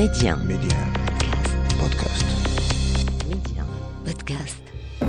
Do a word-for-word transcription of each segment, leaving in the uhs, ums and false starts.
Média. Média. Podcast. Média. Podcast.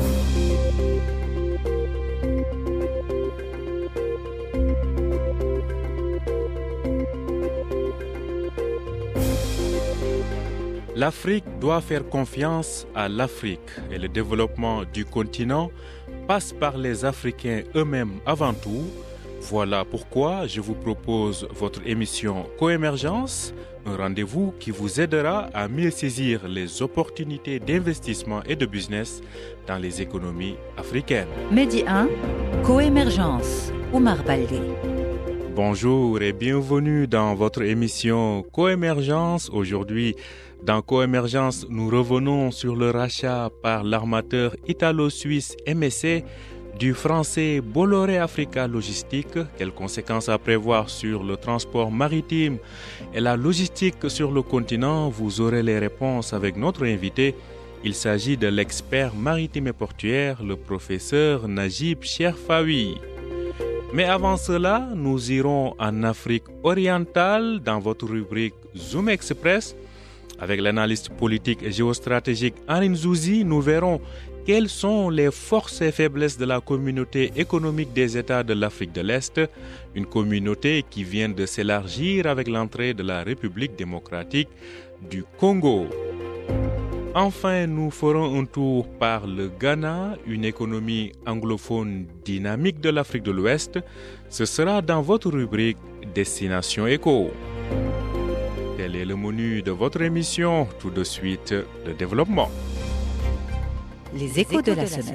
L'Afrique doit faire confiance à l'Afrique et le développement du continent passe par les Africains eux-mêmes avant tout. Voilà pourquoi je vous propose votre émission Coémergence, un rendez-vous qui vous aidera à mieux saisir les opportunités d'investissement et de business dans les économies africaines. Medi un, Coémergence, Oumar Baldé. Bonjour et bienvenue dans votre émission Coémergence. Aujourd'hui, dans Coémergence, nous revenons sur le rachat par l'armateur italo-suisse M S C du français Bolloré Africa Logistique. Quelles conséquences à prévoir sur le transport maritime et la logistique sur le continent? Vous aurez les réponses avec notre invité. Il s'agit de l'expert maritime et portuaire, le professeur Najib Cherfaoui. Mais avant cela, nous irons en Afrique orientale dans votre rubrique Zoom Express. Avec l'analyste politique et géostratégique Arin Zouzi, nous verrons quelles sont les forces et faiblesses de la communauté économique des États de l'Afrique de l'Est, une communauté qui vient de s'élargir avec l'entrée de la République démocratique du Congo. Enfin, nous ferons un tour par le Ghana, une économie anglophone dynamique de l'Afrique de l'Ouest. Ce sera dans votre rubrique Destination Éco. Tel est le menu de votre émission. Tout de suite, le développement. Les échos de la semaine.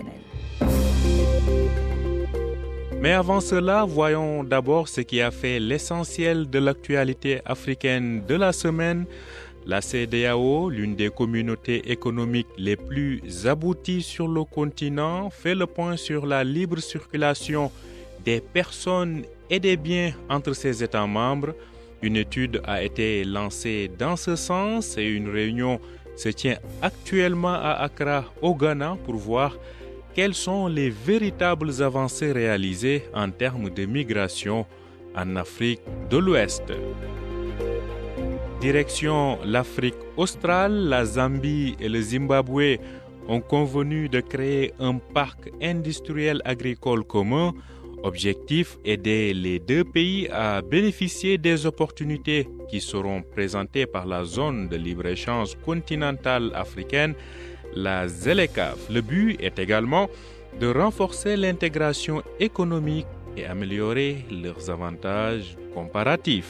Mais avant cela, voyons d'abord ce qui a fait l'essentiel de l'actualité africaine de la semaine. La C E D E A O, l'une des communautés économiques les plus abouties sur le continent, fait le point sur la libre circulation des personnes et des biens entre ses États membres. Une étude a été lancée dans ce sens et une réunion se tient actuellement à Accra, au Ghana, pour voir quelles sont les véritables avancées réalisées en termes de migration en Afrique de l'Ouest. Direction l'Afrique australe, la Zambie et le Zimbabwe ont convenu de créer un parc industriel agricole commun. Objectif, aider les deux pays à bénéficier des opportunités qui seront présentées par la zone de libre-échange continentale africaine, la ZLECAf. Le but est également de renforcer l'intégration économique et améliorer leurs avantages comparatifs.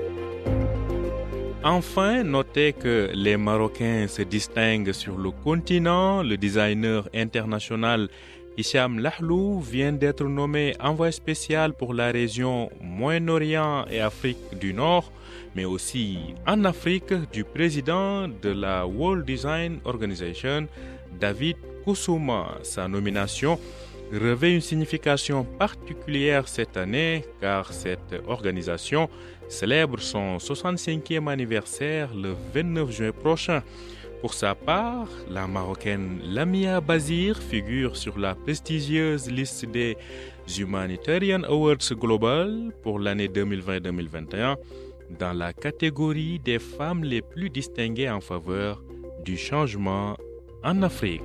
Enfin, notez que les Marocains se distinguent sur le continent. Le designer international Hicham Lahlou vient d'être nommé envoyé spécial pour la région Moyen-Orient et Afrique du Nord, mais aussi en Afrique du président de la World Design Organization, David Koussouma. Sa nomination revêt une signification particulière cette année car cette organisation célèbre son soixante-cinquième anniversaire le vingt-neuf juin prochain. Pour sa part, la Marocaine Lamia Bazir figure sur la prestigieuse liste des Humanitarian Awards Global pour l'année deux mille vingt deux mille vingt et un dans la catégorie des femmes les plus distinguées en faveur du changement en Afrique.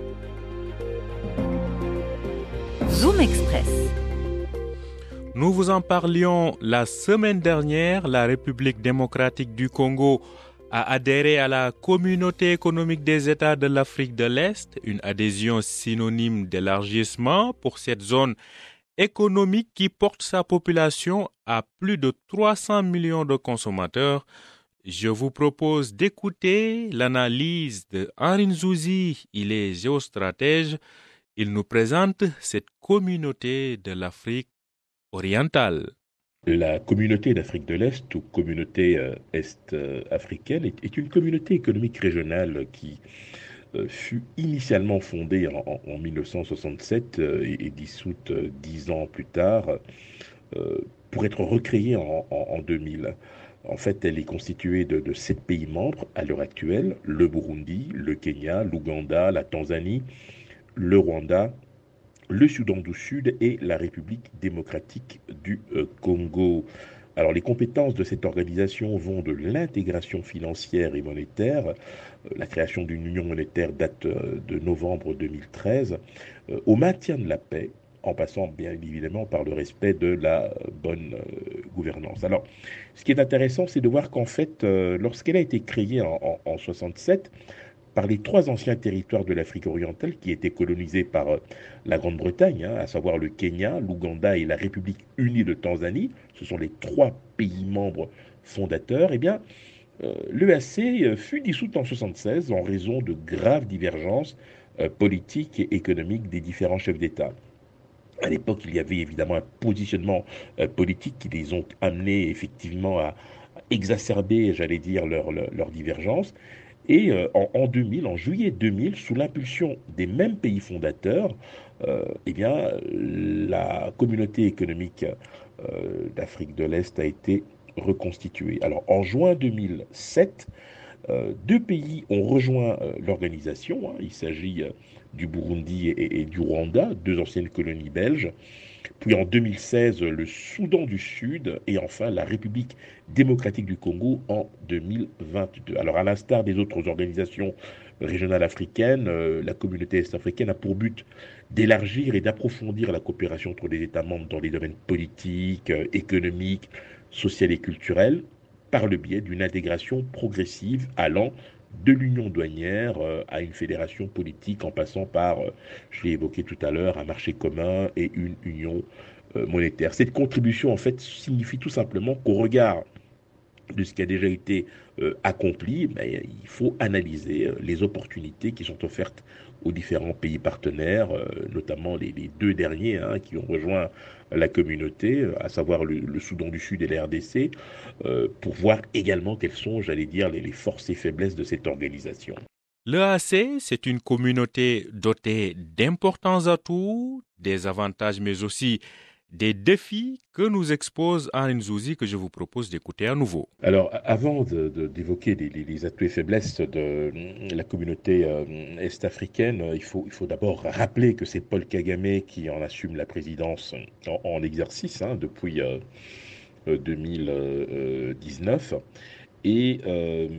Zoom Express. Nous vous en parlions la semaine dernière. La République démocratique du Congo a adhéré à la communauté économique des États de l'Afrique de l'Est, une adhésion synonyme d'élargissement pour cette zone économique qui porte sa population à plus de trois cents millions de consommateurs. Je vous propose d'écouter l'analyse de Arin Zouzi. Il est géostratège. Il nous présente cette communauté de l'Afrique orientale. La communauté d'Afrique de l'Est, ou communauté euh, est-africaine, est, est une communauté économique régionale qui euh, fut initialement fondée en, en mille neuf cent soixante-sept euh, et, et dissoute euh, dix ans plus tard euh, pour être recréée en, en, en deux mille. En fait, elle est constituée de, de sept pays membres à l'heure actuelle: le Burundi, le Kenya, l'Ouganda, la Tanzanie, le Rwanda, le Soudan du Sud et la République démocratique du euh, Congo. Alors les compétences de cette organisation vont de l'intégration financière et monétaire. Euh, la création d'une union monétaire date euh, de novembre deux mille treize, euh, au maintien de la paix, en passant bien évidemment par le respect de la bonne euh, gouvernance. Alors, ce qui est intéressant, c'est de voir qu'en fait, euh, lorsqu'elle a été créée en, en, en soixante-sept, par les trois anciens territoires de l'Afrique orientale qui étaient colonisés par euh, la Grande-Bretagne, hein, à savoir le Kenya, l'Ouganda et la République unie de Tanzanie, ce sont les trois pays membres fondateurs, eh bien, euh, l'E A C fut dissoute en soixante-seize en raison de graves divergences euh, politiques et économiques des différents chefs d'État. À l'époque, il y avait évidemment un positionnement euh, politique qui les ont amenés effectivement à exacerber, j'allais dire, leurs leur, leur divergences. Et euh, en, en deux mille, en juillet deux mille, sous l'impulsion des mêmes pays fondateurs, euh, eh bien, la communauté économique euh, d'Afrique de l'Est a été reconstituée. Alors, en juin deux mille sept, euh, deux pays ont rejoint euh, l'organisation. Hein. Il s'agit euh, du Burundi et, et du Rwanda, deux anciennes colonies belges. Puis en deux mille seize, le Soudan du Sud et enfin la République démocratique du Congo en deux mille vingt-deux. Alors à l'instar des autres organisations régionales africaines, euh, la communauté est-africaine a pour but d'élargir et d'approfondir la coopération entre les États membres dans les domaines politiques, euh, économiques, sociaux et culturels par le biais d'une intégration progressive allant de l'union douanière euh, à une fédération politique en passant par, euh, je l'ai évoqué tout à l'heure, un marché commun et une union euh, monétaire. Cette contribution, en fait, signifie tout simplement qu'au regard de ce qui a déjà été euh, accompli, ben, il faut analyser euh, les opportunités qui sont offertes aux différents pays partenaires, euh, notamment les, les deux derniers hein, qui ont rejoint la communauté, euh, à savoir le, le Soudan du Sud et la R D C, euh, pour voir également quelles sont, j'allais dire, les, les forces et faiblesses de cette organisation. L'E A C, c'est une communauté dotée d'importants atouts, des avantages mais aussi des défis que nous expose Henri Nzouzi, que je vous propose d'écouter à nouveau. Alors, avant de, de, d'évoquer les, les, les atouts et faiblesses de la communauté euh, est-africaine, il faut, il faut d'abord rappeler que c'est Paul Kagame qui en assume la présidence en, en exercice hein, depuis euh, deux mille dix-neuf. Et euh,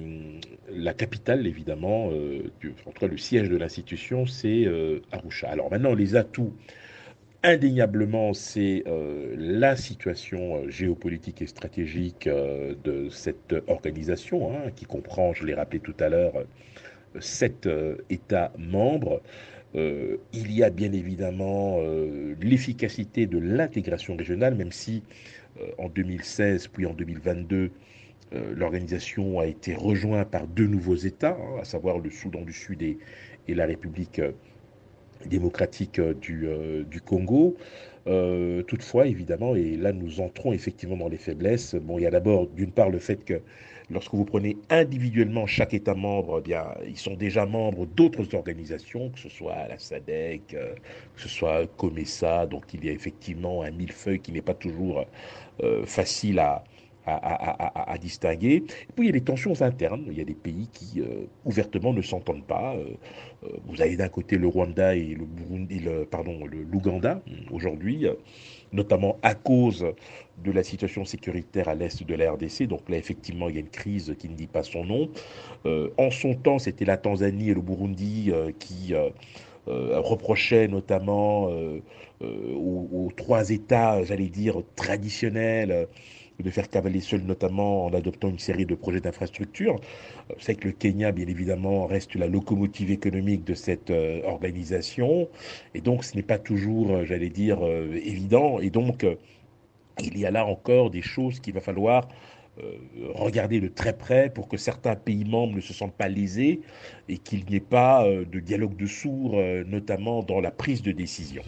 la capitale, évidemment, euh, du, en tout cas le siège de l'institution, c'est euh, Arusha. Alors maintenant, les atouts, indéniablement, c'est euh, la situation euh, géopolitique et stratégique euh, de cette organisation, hein, qui comprend, je l'ai rappelé tout à l'heure, euh, sept euh, États membres. Euh, il y a bien évidemment euh, l'efficacité de l'intégration régionale, même si euh, en deux mille seize puis en deux mille vingt-deux, euh, l'organisation a été rejointe par deux nouveaux États, hein, à savoir le Soudan du Sud et, et la République euh, démocratique du, euh, du Congo. Euh, toutefois, évidemment, et là nous entrons effectivement dans les faiblesses, bon, il y a d'abord d'une part le fait que lorsque vous prenez individuellement chaque État membre, eh bien, ils sont déjà membres d'autres organisations, que ce soit la S A D C, euh, que ce soit COMESA, donc il y a effectivement un millefeuille qui n'est pas toujours euh, facile à, À, à, à, à distinguer. Et puis il y a des tensions internes, il y a des pays qui euh, ouvertement ne s'entendent pas. Euh, euh, vous avez d'un côté le Rwanda et le Burundi, le, pardon, le, l'Ouganda aujourd'hui, euh, notamment à cause de la situation sécuritaire à l'est de la R D C. Donc là effectivement il y a une crise qui ne dit pas son nom. Euh, en son temps c'était la Tanzanie et le Burundi euh, qui euh, euh, reprochaient notamment euh, euh, aux, aux trois États, j'allais dire traditionnels, euh, de faire cavaler seul, notamment en adoptant une série de projets d'infrastructure. Vous savez que le Kenya, bien évidemment, reste la locomotive économique de cette euh, organisation, et donc ce n'est pas toujours, euh, j'allais dire, euh, évident, et donc euh, il y a là encore des choses qu'il va falloir euh, regarder de très près pour que certains pays membres ne se sentent pas lésés et qu'il n'y ait pas euh, de dialogue de sourds, euh, notamment dans la prise de décision.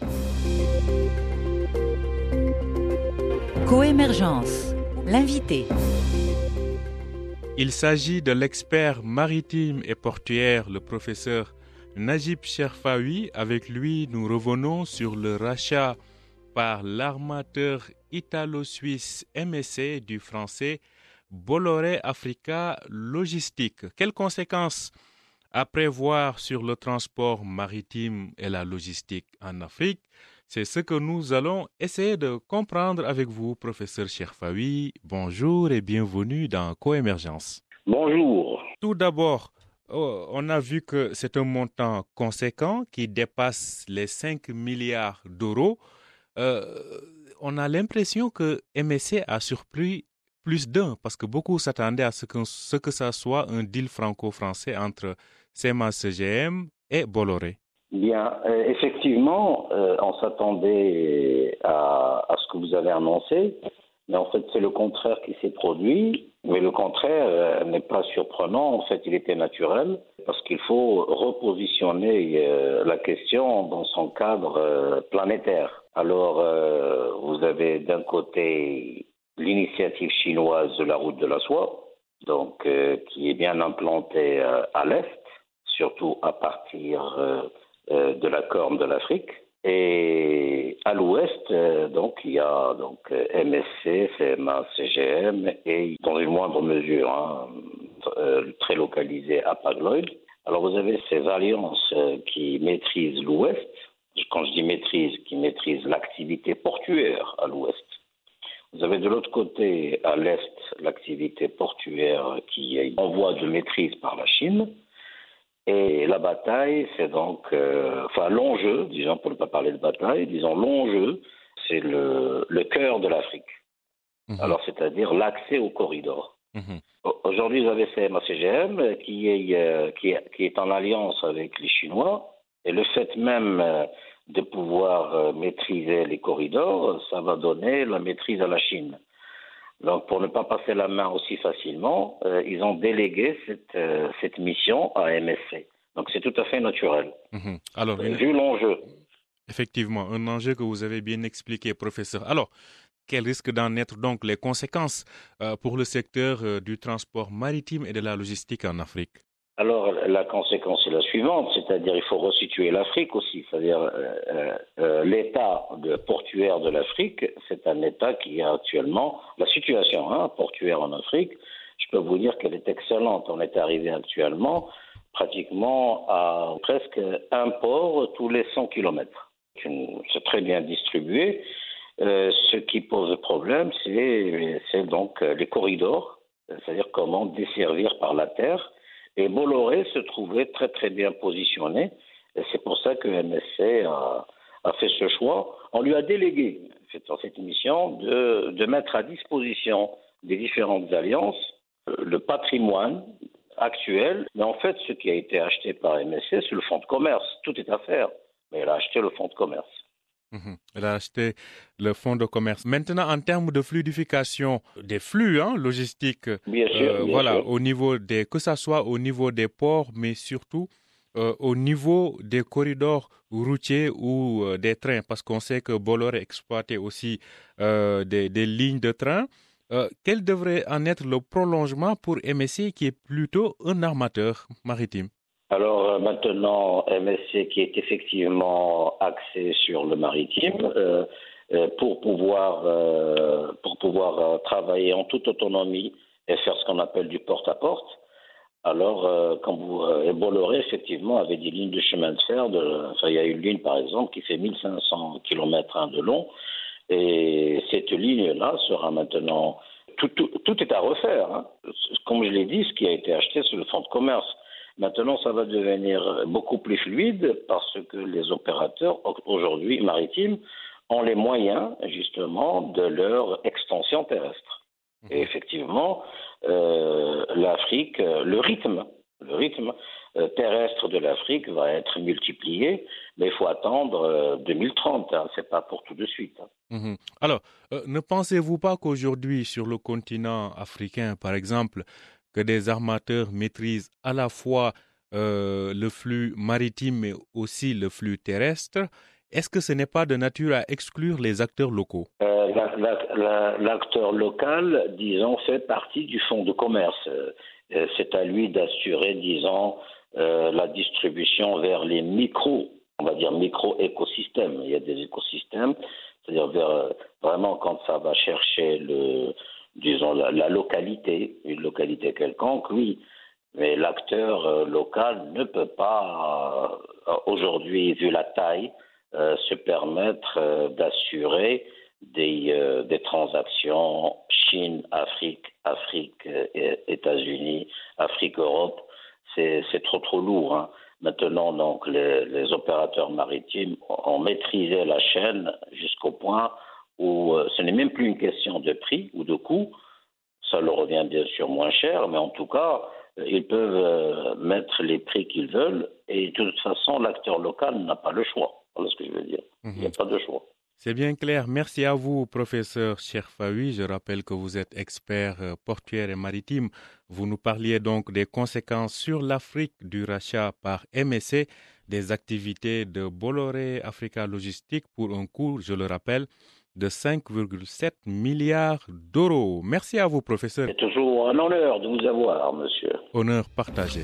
Coémergence, l'invité. Il s'agit de l'expert maritime et portuaire, le professeur Najib Cherfaoui. Avec lui, nous revenons sur le rachat par l'armateur italo-suisse M S C du français Bolloré Africa Logistique. Quelles conséquences à prévoir sur le transport maritime et la logistique en Afrique? C'est ce que nous allons essayer de comprendre avec vous, professeur Cherfaoui. Bonjour et bienvenue dans Coémergence. Bonjour. Tout d'abord, on a vu que c'est un montant conséquent qui dépasse les cinq milliards d'euros. Euh, on a l'impression que M S C a surpris plus d'un parce que beaucoup s'attendaient à ce que, ce que ça soit un deal franco-français entre C E M A C G M et Bolloré. Bien, euh, effectivement, euh, on s'attendait à, à ce que vous avez annoncé, mais en fait, c'est le contraire qui s'est produit. Mais le contraire euh, n'est pas surprenant, en fait, il était naturel, parce qu'il faut repositionner euh, la question dans son cadre euh, planétaire. Alors, euh, vous avez d'un côté l'initiative chinoise de la route de la soie, donc euh, qui est bien implantée euh, à l'Est, surtout à partir euh, euh, de la Corne de l'Afrique. Et à l'ouest, euh, donc, il y a donc M S C, C E M A, C G M et dans une moindre mesure, hein, euh, très localisé à Pagloïd. Alors vous avez ces alliances euh, qui maîtrisent l'ouest. Quand je dis maîtrise, qui maîtrisent l'activité portuaire à l'ouest. Vous avez de l'autre côté, à l'est, l'activité portuaire qui est en voie de maîtrise par la Chine. Et la bataille, c'est donc, euh, enfin l'enjeu, disons pour ne pas parler de bataille, disons l'enjeu, c'est le, le cœur de l'Afrique. Mmh. Alors c'est-à-dire l'accès au corridor. Mmh. Aujourd'hui, vous avez C E M A C G M qui est, euh, qui, est, qui est en alliance avec les Chinois, et le fait même euh, de pouvoir euh, maîtriser les corridors, ça va donner la maîtrise à la Chine. Donc, pour ne pas passer la main aussi facilement, euh, ils ont délégué cette, euh, cette mission à M S C. Donc, c'est tout à fait naturel. Mmh. Alors, euh, vu l'enjeu. Effectivement, un enjeu que vous avez bien expliqué, professeur. Alors, quels risquent d'en être donc les conséquences euh, pour le secteur euh, du transport maritime et de la logistique en Afrique? Alors, la conséquence est la suivante, c'est-à-dire il faut resituer l'Afrique aussi. C'est-à-dire euh, euh, l'état de portuaire de l'Afrique, c'est un état qui a actuellement la situation hein, portuaire en Afrique. Je peux vous dire qu'elle est excellente. On est arrivé actuellement pratiquement à presque un port tous les cent kilomètres. C'est très bien distribué. Euh, ce qui pose problème, c'est, c'est donc les corridors, c'est-à-dire comment desservir par la terre. Et Bolloré se trouvait très très bien positionné. Et c'est pour ça que M S C a, a fait ce choix. On lui a délégué dans cette mission de, de mettre à disposition des différentes alliances le patrimoine actuel. Mais en fait, ce qui a été acheté par M S C, c'est le fonds de commerce. Tout est à faire. Mais elle a acheté le fonds de commerce. Mmh. Elle a acheté le fonds de commerce. Maintenant, en termes de fluidification des flux hein, logistiques, bien sûr, euh, bien voilà, sûr. Au niveau des, que ce soit au niveau des ports, mais surtout euh, au niveau des corridors routiers ou euh, des trains, parce qu'on sait que Bolloré exploitait aussi euh, des, des lignes de train. Euh, quel devrait en être le prolongement pour M S C, qui est plutôt un armateur maritime? Alors maintenant, M S C qui est effectivement axé sur le maritime, euh, euh, pour pouvoir, euh, pour pouvoir euh, travailler en toute autonomie et faire ce qu'on appelle du porte-à-porte. Alors, euh, quand vous, euh, et Bolloré, effectivement, avait des lignes de chemin de fer. De, enfin, il y a une ligne, par exemple, qui fait mille cinq cents kilomètres hein, de long. Et cette ligne-là sera maintenant... Tout, tout, tout est à refaire. Hein. Comme je l'ai dit, ce qui a été acheté, c'est le fonds de commerce. Maintenant, ça va devenir beaucoup plus fluide parce que les opérateurs, aujourd'hui maritimes, ont les moyens, justement, de leur extension terrestre. Et effectivement, euh, l'Afrique, le rythme, le rythme euh, terrestre de l'Afrique va être multiplié, mais il faut attendre euh, deux mille trente, hein, c'est pas pour tout de suite. Hein. Mmh. Alors, euh, ne pensez-vous pas qu'aujourd'hui, sur le continent africain, par exemple, que des armateurs maîtrisent à la fois euh, le flux maritime mais aussi le flux terrestre? Est-ce que ce n'est pas de nature à exclure les acteurs locaux? euh, la, la, la, L'acteur local, disons, fait partie du fonds de commerce. Euh, c'est à lui d'assurer, disons, euh, la distribution vers les micros, on va dire micro-écosystèmes. Il y a des écosystèmes, c'est-à-dire vers, vraiment quand ça va chercher le... disons, la, la localité, une localité quelconque, oui. Mais l'acteur euh, local ne peut pas, euh, aujourd'hui, vu la taille, euh, se permettre euh, d'assurer des, euh, des transactions Chine, Afrique, Afrique, euh, États-Unis, Afrique, Europe. C'est, c'est trop trop lourd. Hein. Maintenant, donc, les, les opérateurs maritimes ont maîtrisé la chaîne jusqu'au point où euh, ce n'est même plus une question de prix ou de coût. Ça leur revient bien sûr moins cher, mais en tout cas, ils peuvent euh, mettre les prix qu'ils veulent et de toute façon, l'acteur local n'a pas le choix. Voilà ce que je veux dire. Mm-hmm. Il n'y a pas de choix. C'est bien clair. Merci à vous, professeur Cherfaoui. Je rappelle que vous êtes expert portuaire et maritime. Vous nous parliez donc des conséquences sur l'Afrique du rachat par M S C des activités de Bolloré Africa Logistique pour un coût, je le rappelle, de cinq virgule sept milliards d'euros. Merci à vous, professeur. C'est toujours un honneur de vous avoir, monsieur. Honneur partagé.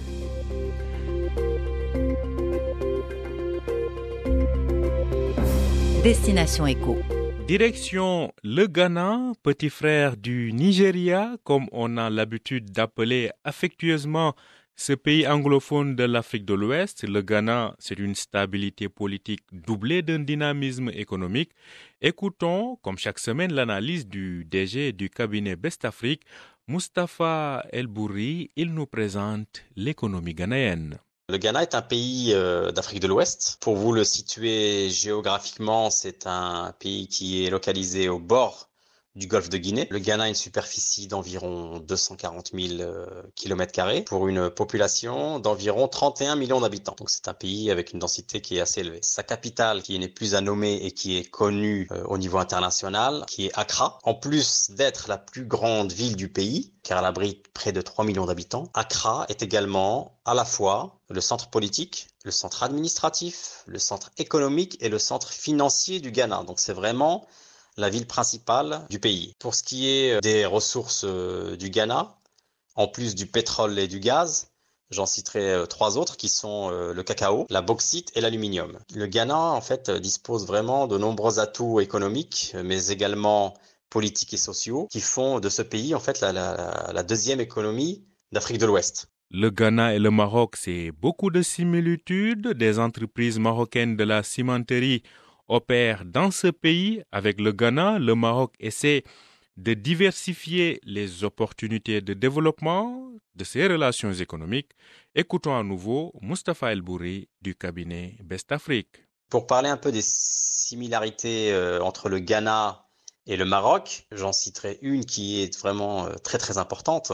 Destination Éco. Direction le Ghana, petit frère du Nigeria, comme on a l'habitude d'appeler affectueusement ce pays anglophone de l'Afrique de l'Ouest. Le Ghana, c'est une stabilité politique doublée d'un dynamisme économique. Écoutons, comme chaque semaine, l'analyse du D G du cabinet Best Afrique, Mustapha El Bourri. Il nous présente l'économie ghanéenne. Le Ghana est un pays euh, d'Afrique de l'Ouest. Pour vous le situer géographiquement, c'est un pays qui est localisé au bord du golfe de Guinée. Le Ghana a une superficie d'environ deux cent quarante mille euh, kilomètres carrés pour une population d'environ trente et un millions d'habitants. Donc c'est un pays avec une densité qui est assez élevée. Sa capitale, qui n'est plus à nommer et qui est connue euh, au niveau international, qui est Accra. En plus d'être la plus grande ville du pays, car elle abrite près de trois millions d'habitants, Accra est également à la fois le centre politique, le centre administratif, le centre économique et le centre financier du Ghana. Donc c'est vraiment la ville principale du pays. Pour ce qui est des ressources du Ghana, en plus du pétrole et du gaz, j'en citerai trois autres qui sont le cacao, la bauxite et l'aluminium. Le Ghana, en fait, dispose vraiment de nombreux atouts économiques, mais également politiques et sociaux, qui font de ce pays, en fait, la, la, la deuxième économie d'Afrique de l'Ouest. Le Ghana et le Maroc, c'est beaucoup de similitudes. Des entreprises marocaines de la cimenterie opèrent dans ce pays. Avec le Ghana, le Maroc essaie de diversifier les opportunités de développement de ses relations économiques. Écoutons à nouveau Mustapha El Bourri du cabinet Best Afrique. Pour parler un peu des similarités euh, entre le Ghana et le Maroc, j'en citerai une qui est vraiment euh, très très importante.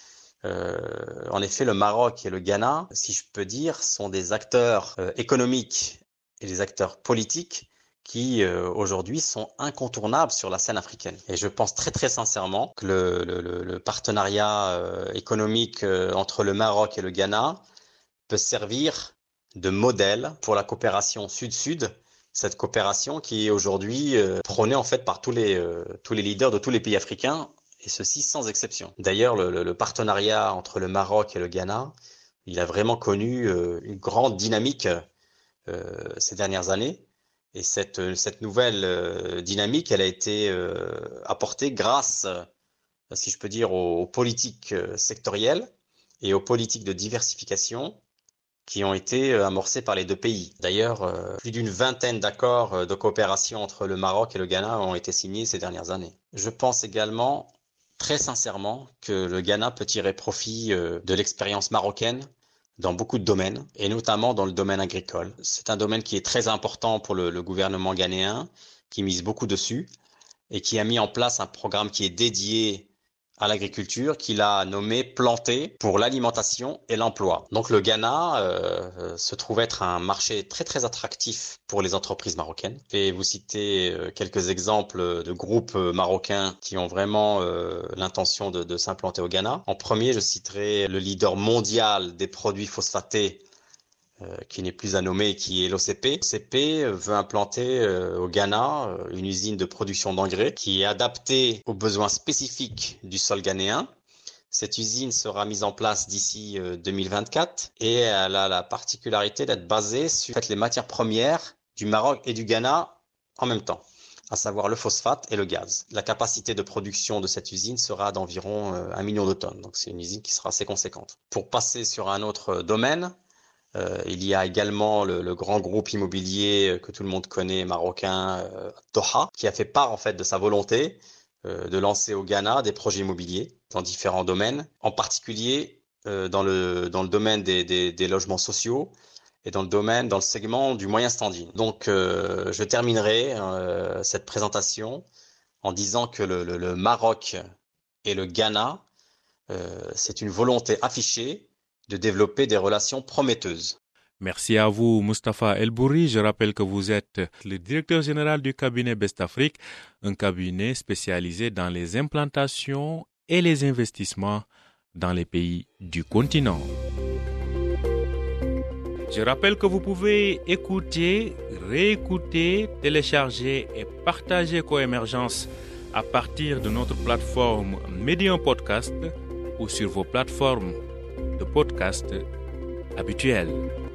Euh, en effet, le Maroc et le Ghana, si je peux dire, sont des acteurs euh, économiques et des acteurs politiques qui euh, aujourd'hui sont incontournables sur la scène africaine. Et je pense très très sincèrement que le, le, le partenariat euh, économique euh, entre le Maroc et le Ghana peut servir de modèle pour la coopération sud-sud, cette coopération qui est aujourd'hui euh, prônée en fait par tous les, euh, tous les leaders de tous les pays africains, et ceci sans exception. D'ailleurs, le, le, le partenariat entre le Maroc et le Ghana, il a vraiment connu euh, une grande dynamique euh, ces dernières années. Et cette, cette nouvelle euh, dynamique, elle a été euh, apportée grâce, euh, si je peux dire, aux, aux politiques euh, sectorielles et aux politiques de diversification qui ont été euh, amorcées par les deux pays. D'ailleurs, euh, plus d'une vingtaine d'accords euh, de coopération entre le Maroc et le Ghana ont été signés ces dernières années. Je pense également, très sincèrement, que le Ghana peut tirer profit euh, de l'expérience marocaine dans beaucoup de domaines, et notamment dans le domaine agricole. C'est un domaine qui est très important pour le, le gouvernement ghanéen, qui mise beaucoup dessus, et qui a mis en place un programme qui est dédié à l'agriculture, qu'il a nommé Planter pour l'alimentation et l'emploi. Donc le Ghana euh, se trouve être un marché très très attractif pour les entreprises marocaines. Je vais vous citer euh, quelques exemples de groupes marocains qui ont vraiment euh, l'intention de, de s'implanter au Ghana. En premier, je citerai le leader mondial des produits phosphatés, Euh, qui n'est plus à nommer, qui est l'O C P. L'O C P veut implanter euh, au Ghana euh, une usine de production d'engrais qui est adaptée aux besoins spécifiques du sol ghanéen. Cette usine sera mise en place d'ici euh, deux mille vingt-quatre et elle a la particularité d'être basée sur en fait, les matières premières du Maroc et du Ghana en même temps, à savoir le phosphate et le gaz. La capacité de production de cette usine sera d'environ euh, un million de tonnes, donc c'est une usine qui sera assez conséquente. Pour passer sur un autre domaine, Euh, il y a également le, le grand groupe immobilier que tout le monde connaît, marocain, euh, Doha, qui a fait part en fait de sa volonté euh, de lancer au Ghana des projets immobiliers dans différents domaines, en particulier euh, dans le dans le domaine des, des, des logements sociaux et dans le domaine, dans le segment du moyen standing. Donc, euh, je terminerai euh, cette présentation en disant que le, le, le Maroc et le Ghana, euh, c'est une volonté affichée de développer des relations prometteuses. Merci à vous, Mustapha El-Bouri. Je rappelle que vous êtes le directeur général du cabinet Best Afrique, un cabinet spécialisé dans les implantations et les investissements dans les pays du continent. Je rappelle que vous pouvez écouter, réécouter, télécharger et partager Coémergence à partir de notre plateforme Medium Podcast ou sur vos plateformes de podcast habituelles.